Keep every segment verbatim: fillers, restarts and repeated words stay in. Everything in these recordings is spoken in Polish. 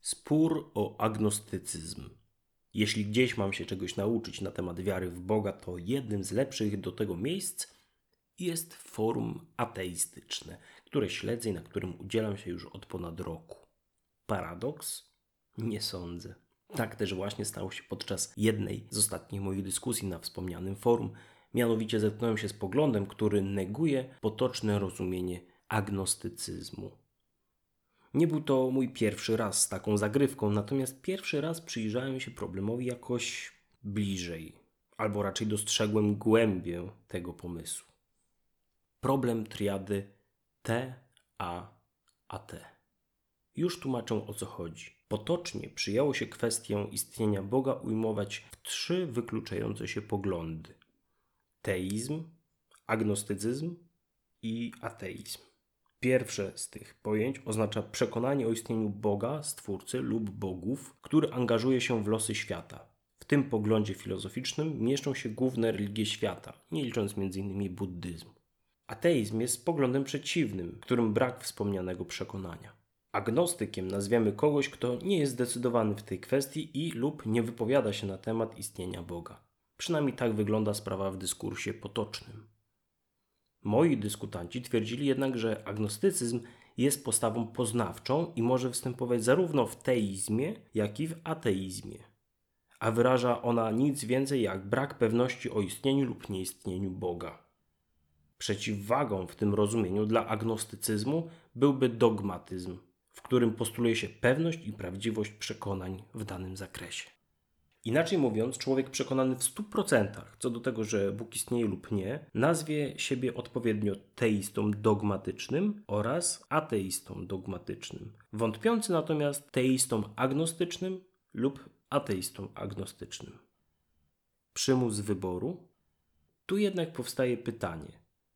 Spór o agnostycyzm. Jeśli gdzieś mam się czegoś nauczyć na temat wiary w Boga, to jednym z lepszych do tego miejsc jest forum ateistyczne, które śledzę i na którym udzielam się już od ponad roku. Paradoks? Nie sądzę. Tak też właśnie stało się podczas jednej z ostatnich moich dyskusji na wspomnianym forum. Mianowicie zetknąłem się z poglądem, który neguje potoczne rozumienie agnostycyzmu. Nie był to mój pierwszy raz z taką zagrywką, natomiast pierwszy raz przyjrzałem się problemowi jakoś bliżej, albo raczej dostrzegłem głębię tego pomysłu. Problem triady T, A, A T. Już tłumaczę, o co chodzi. Potocznie przyjęło się kwestię istnienia Boga ujmować w trzy wykluczające się poglądy. Teizm, agnostycyzm i ateizm. Pierwsze z tych pojęć oznacza przekonanie o istnieniu Boga, Stwórcy lub bogów, który angażuje się w losy świata. W tym poglądzie filozoficznym mieszczą się główne religie świata, nie licząc między innymi buddyzmu. Ateizm jest poglądem przeciwnym, w którym brak wspomnianego przekonania. Agnostykiem nazwiemy kogoś, kto nie jest zdecydowany w tej kwestii i lub nie wypowiada się na temat istnienia Boga. Przynajmniej tak wygląda sprawa w dyskursie potocznym. Moi dyskutanci twierdzili jednak, że agnostycyzm jest postawą poznawczą i może występować zarówno w teizmie, jak i w ateizmie, a wyraża ona nic więcej jak brak pewności o istnieniu lub nieistnieniu Boga. Przeciwwagą w tym rozumieniu dla agnostycyzmu byłby dogmatyzm, w którym postuluje się pewność i prawdziwość przekonań w danym zakresie. Inaczej mówiąc, człowiek przekonany w stu procentach co do tego, że Bóg istnieje lub nie, nazwie siebie odpowiednio teistą dogmatycznym oraz ateistą dogmatycznym. Wątpiący natomiast teistą agnostycznym lub ateistą agnostycznym. Przymus wyboru? Tu jednak powstaje pytanie,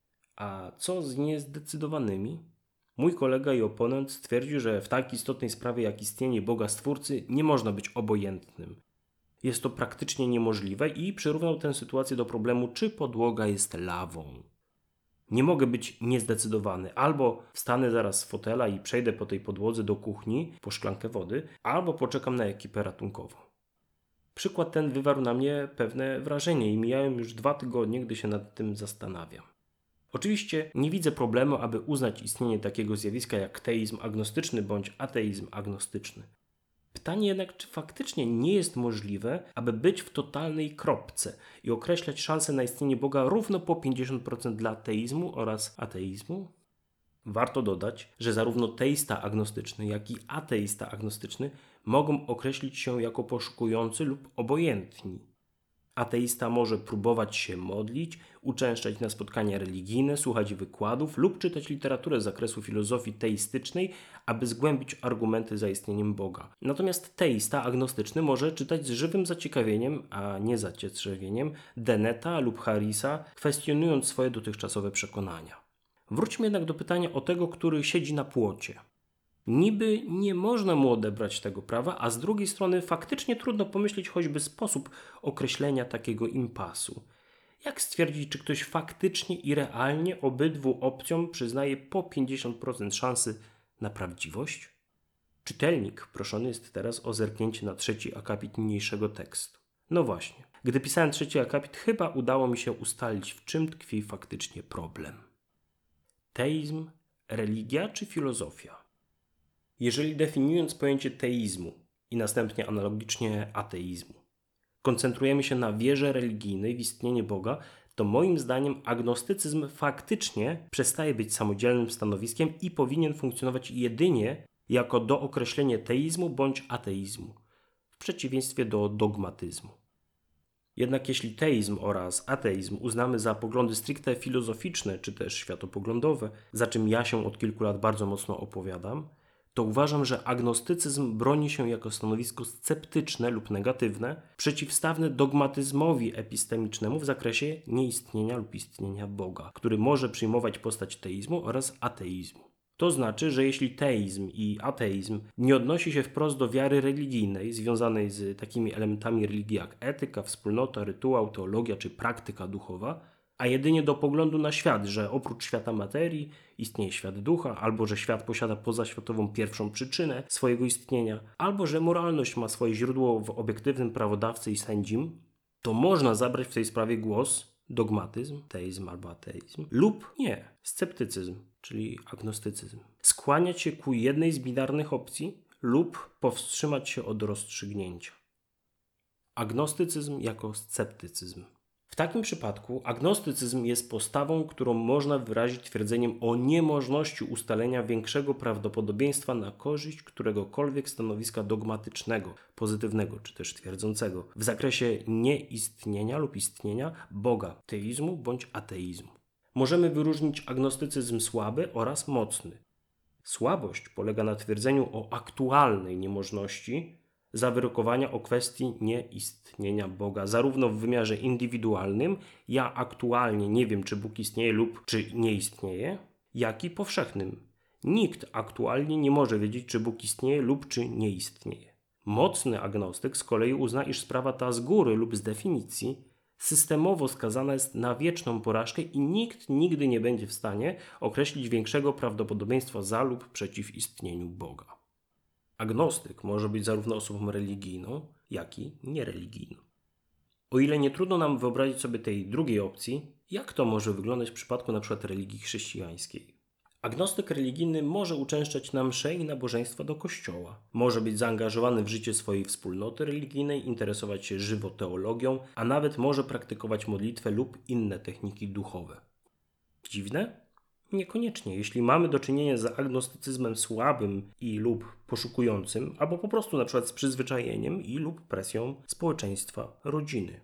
a co z niezdecydowanymi? Mój kolega i oponent stwierdził, że w tak istotnej sprawie jak istnienie Boga Stwórcy nie można być obojętnym. Jest to praktycznie niemożliwe i przyrównał tę sytuację do problemu, czy podłoga jest lawą. Nie mogę być niezdecydowany. Albo wstanę zaraz z fotela i przejdę po tej podłodze do kuchni po szklankę wody, albo poczekam na ekipę ratunkową. Przykład ten wywarł na mnie pewne wrażenie i mijają już dwa tygodnie, gdy się nad tym zastanawiam. Oczywiście nie widzę problemu, aby uznać istnienie takiego zjawiska jak teizm agnostyczny bądź ateizm agnostyczny. Pytanie jednak, czy faktycznie nie jest możliwe, aby być w totalnej kropce i określać szanse na istnienie Boga równo po pięćdziesiąt procent dla teizmu oraz ateizmu? Warto dodać, że zarówno teista agnostyczny, jak i ateista agnostyczny mogą określić się jako poszukujący lub obojętni. Ateista może próbować się modlić, uczęszczać na spotkania religijne, słuchać wykładów lub czytać literaturę z zakresu filozofii teistycznej, aby zgłębić argumenty za istnieniem Boga. Natomiast teista agnostyczny może czytać z żywym zaciekawieniem, a nie zacietrzewieniem, Deneta lub Harrisa, kwestionując swoje dotychczasowe przekonania. Wróćmy jednak do pytania o tego, który siedzi na płocie. Niby nie można mu odebrać tego prawa, a z drugiej strony faktycznie trudno pomyśleć choćby sposób określenia takiego impasu. Jak stwierdzić, czy ktoś faktycznie i realnie obydwu opcjom przyznaje po pięćdziesiąt procent szansy na prawdziwość? Czytelnik proszony jest teraz o zerknięcie na trzeci akapit niniejszego tekstu. No właśnie, gdy pisałem trzeci akapit, chyba udało mi się ustalić, w czym tkwi faktycznie problem. Teizm, religia czy filozofia? Jeżeli definiując pojęcie teizmu i następnie analogicznie ateizmu, koncentrujemy się na wierze religijnej w istnienie Boga, to moim zdaniem agnostycyzm faktycznie przestaje być samodzielnym stanowiskiem i powinien funkcjonować jedynie jako dookreślenie teizmu bądź ateizmu, w przeciwieństwie do dogmatyzmu. Jednak jeśli teizm oraz ateizm uznamy za poglądy stricte filozoficzne czy też światopoglądowe, za czym ja się od kilku lat bardzo mocno opowiadam, to uważam, że agnostycyzm broni się jako stanowisko sceptyczne lub negatywne, przeciwstawne dogmatyzmowi epistemicznemu w zakresie nieistnienia lub istnienia Boga, który może przyjmować postać teizmu oraz ateizmu. To znaczy, że jeśli teizm i ateizm nie odnosi się wprost do wiary religijnej związanej z takimi elementami religii jak etyka, wspólnota, rytuał, teologia czy praktyka duchowa, a jedynie do poglądu na świat, że oprócz świata materii istnieje świat ducha, albo że świat posiada pozaświatową pierwszą przyczynę swojego istnienia, albo że moralność ma swoje źródło w obiektywnym prawodawcy i sędzim, to można zabrać w tej sprawie głos, dogmatyzm, teizm albo ateizm, lub nie, sceptycyzm, czyli agnostycyzm. Skłaniać się ku jednej z binarnych opcji lub powstrzymać się od rozstrzygnięcia. Agnostycyzm jako sceptycyzm. W takim przypadku agnostycyzm jest postawą, którą można wyrazić twierdzeniem o niemożności ustalenia większego prawdopodobieństwa na korzyść któregokolwiek stanowiska dogmatycznego, pozytywnego czy też twierdzącego w zakresie nieistnienia lub istnienia Boga, teizmu bądź ateizmu. Możemy wyróżnić agnostycyzm słaby oraz mocny. Słabość polega na twierdzeniu o aktualnej niemożności zawyrokowania o kwestii nieistnienia Boga, zarówno w wymiarze indywidualnym, ja aktualnie nie wiem, czy Bóg istnieje lub czy nie istnieje, jak i powszechnym. Nikt aktualnie nie może wiedzieć, czy Bóg istnieje lub czy nie istnieje. Mocny agnostyk z kolei uzna, iż sprawa ta z góry lub z definicji systemowo skazana jest na wieczną porażkę i nikt nigdy nie będzie w stanie określić większego prawdopodobieństwa za lub przeciw istnieniu Boga. Agnostyk może być zarówno osobą religijną, jak i niereligijną. O ile nie trudno nam wyobrazić sobie tej drugiej opcji, jak to może wyglądać w przypadku np. religii chrześcijańskiej? Agnostyk religijny może uczęszczać na msze i nabożeństwa do kościoła. Może być zaangażowany w życie swojej wspólnoty religijnej, interesować się żywo teologią, a nawet może praktykować modlitwę lub inne techniki duchowe. Dziwne? Niekoniecznie. Jeśli mamy do czynienia z agnostycyzmem słabym i lub poszukującym, albo po prostu na przykład z przyzwyczajeniem i lub presją społeczeństwa, rodziny.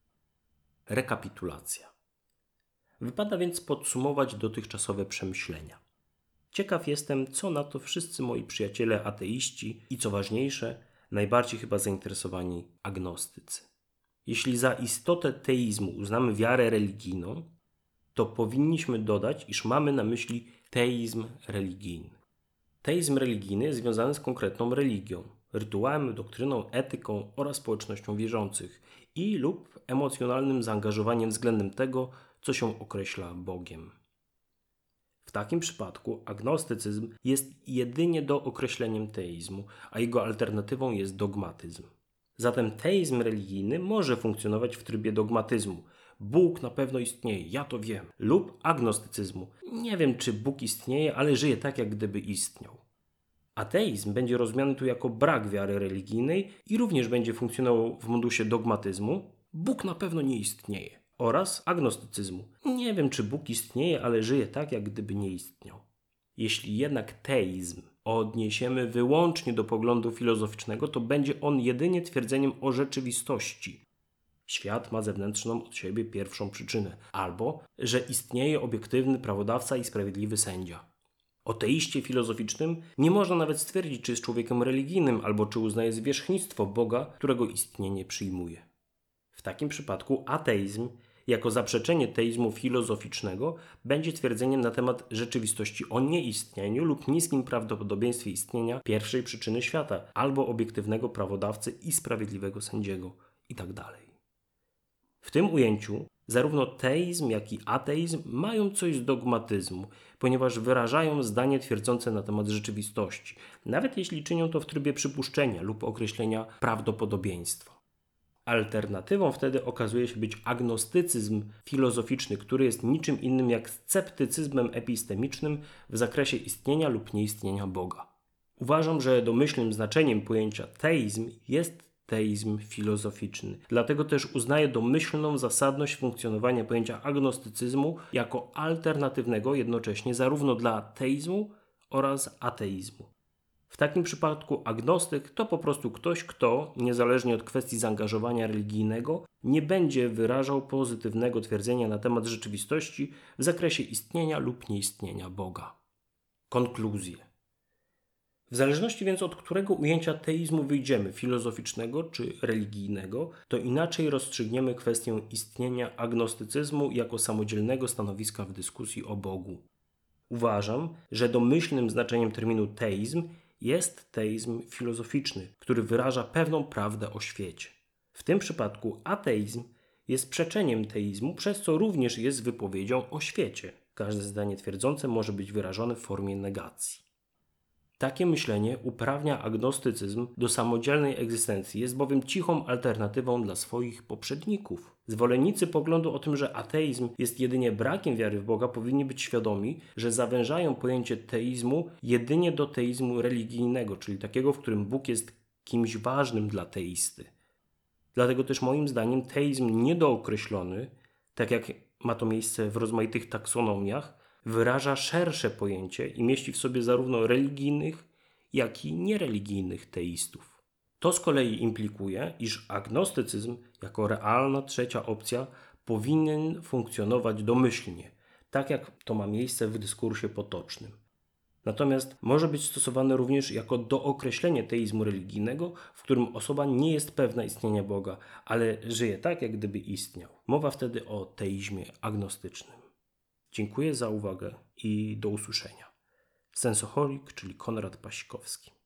Rekapitulacja. Wypada więc podsumować dotychczasowe przemyślenia. Ciekaw jestem, co na to wszyscy moi przyjaciele ateiści i co ważniejsze, najbardziej chyba zainteresowani agnostycy. Jeśli za istotę teizmu uznamy wiarę religijną, to powinniśmy dodać, iż mamy na myśli teizm religijny. Teizm religijny jest związany z konkretną religią, rytuałem, doktryną, etyką oraz społecznością wierzących i lub emocjonalnym zaangażowaniem względem tego, co się określa Bogiem. W takim przypadku agnostycyzm jest jedynie dookreśleniem teizmu, a jego alternatywą jest dogmatyzm. Zatem teizm religijny może funkcjonować w trybie dogmatyzmu. Bóg na pewno istnieje, ja to wiem. Lub agnostycyzmu. Nie wiem, czy Bóg istnieje, ale żyje tak, jak gdyby istniał. Ateizm będzie rozumiany tu jako brak wiary religijnej i również będzie funkcjonował w modusie dogmatyzmu. Bóg na pewno nie istnieje. Oraz agnostycyzmu. Nie wiem, czy Bóg istnieje, ale żyje tak, jak gdyby nie istniał. Jeśli jednak teizm odniesiemy wyłącznie do poglądu filozoficznego, to będzie on jedynie twierdzeniem o rzeczywistości. Świat ma zewnętrzną od siebie pierwszą przyczynę, albo że istnieje obiektywny prawodawca i sprawiedliwy sędzia. O teiście filozoficznym nie można nawet stwierdzić, czy jest człowiekiem religijnym, albo czy uznaje zwierzchnictwo Boga, którego istnienie przyjmuje. W takim przypadku ateizm, jako zaprzeczenie teizmu filozoficznego, będzie twierdzeniem na temat rzeczywistości o nieistnieniu lub niskim prawdopodobieństwie istnienia pierwszej przyczyny świata, albo obiektywnego prawodawcy i sprawiedliwego sędziego itd. W tym ujęciu zarówno teizm, jak i ateizm mają coś z dogmatyzmu, ponieważ wyrażają zdanie twierdzące na temat rzeczywistości, nawet jeśli czynią to w trybie przypuszczenia lub określenia prawdopodobieństwa. Alternatywą wtedy okazuje się być agnostycyzm filozoficzny, który jest niczym innym jak sceptycyzmem epistemicznym w zakresie istnienia lub nieistnienia Boga. Uważam, że domyślnym znaczeniem pojęcia teizm jest teizm filozoficzny. Dlatego też uznaję domyślną zasadność funkcjonowania pojęcia agnostycyzmu jako alternatywnego jednocześnie zarówno dla teizmu oraz ateizmu. W takim przypadku agnostyk to po prostu ktoś, kto, niezależnie od kwestii zaangażowania religijnego, nie będzie wyrażał pozytywnego twierdzenia na temat rzeczywistości w zakresie istnienia lub nieistnienia Boga. Konkluzje. W zależności więc od którego ujęcia teizmu wyjdziemy, filozoficznego czy religijnego, to inaczej rozstrzygniemy kwestię istnienia agnostycyzmu jako samodzielnego stanowiska w dyskusji o Bogu. Uważam, że domyślnym znaczeniem terminu teizm jest teizm filozoficzny, który wyraża pewną prawdę o świecie. W tym przypadku ateizm jest przeczeniem teizmu, przez co również jest wypowiedzią o świecie. Każde zdanie twierdzące może być wyrażone w formie negacji. Takie myślenie uprawnia agnostycyzm do samodzielnej egzystencji, jest bowiem cichą alternatywą dla swoich poprzedników. Zwolennicy poglądu o tym, że ateizm jest jedynie brakiem wiary w Boga, powinni być świadomi, że zawężają pojęcie teizmu jedynie do teizmu religijnego, czyli takiego, w którym Bóg jest kimś ważnym dla teisty. Dlatego też moim zdaniem teizm niedookreślony, tak jak ma to miejsce w rozmaitych taksonomiach, wyraża szersze pojęcie i mieści w sobie zarówno religijnych, jak i niereligijnych teistów. To z kolei implikuje, iż agnostycyzm jako realna trzecia opcja powinien funkcjonować domyślnie, tak jak to ma miejsce w dyskursie potocznym. Natomiast może być stosowany również jako dookreślenie teizmu religijnego, w którym osoba nie jest pewna istnienia Boga, ale żyje tak, jak gdyby istniał. Mowa wtedy o teizmie agnostycznym. Dziękuję za uwagę i do usłyszenia. Sensoholik, czyli Konrad Pasikowski.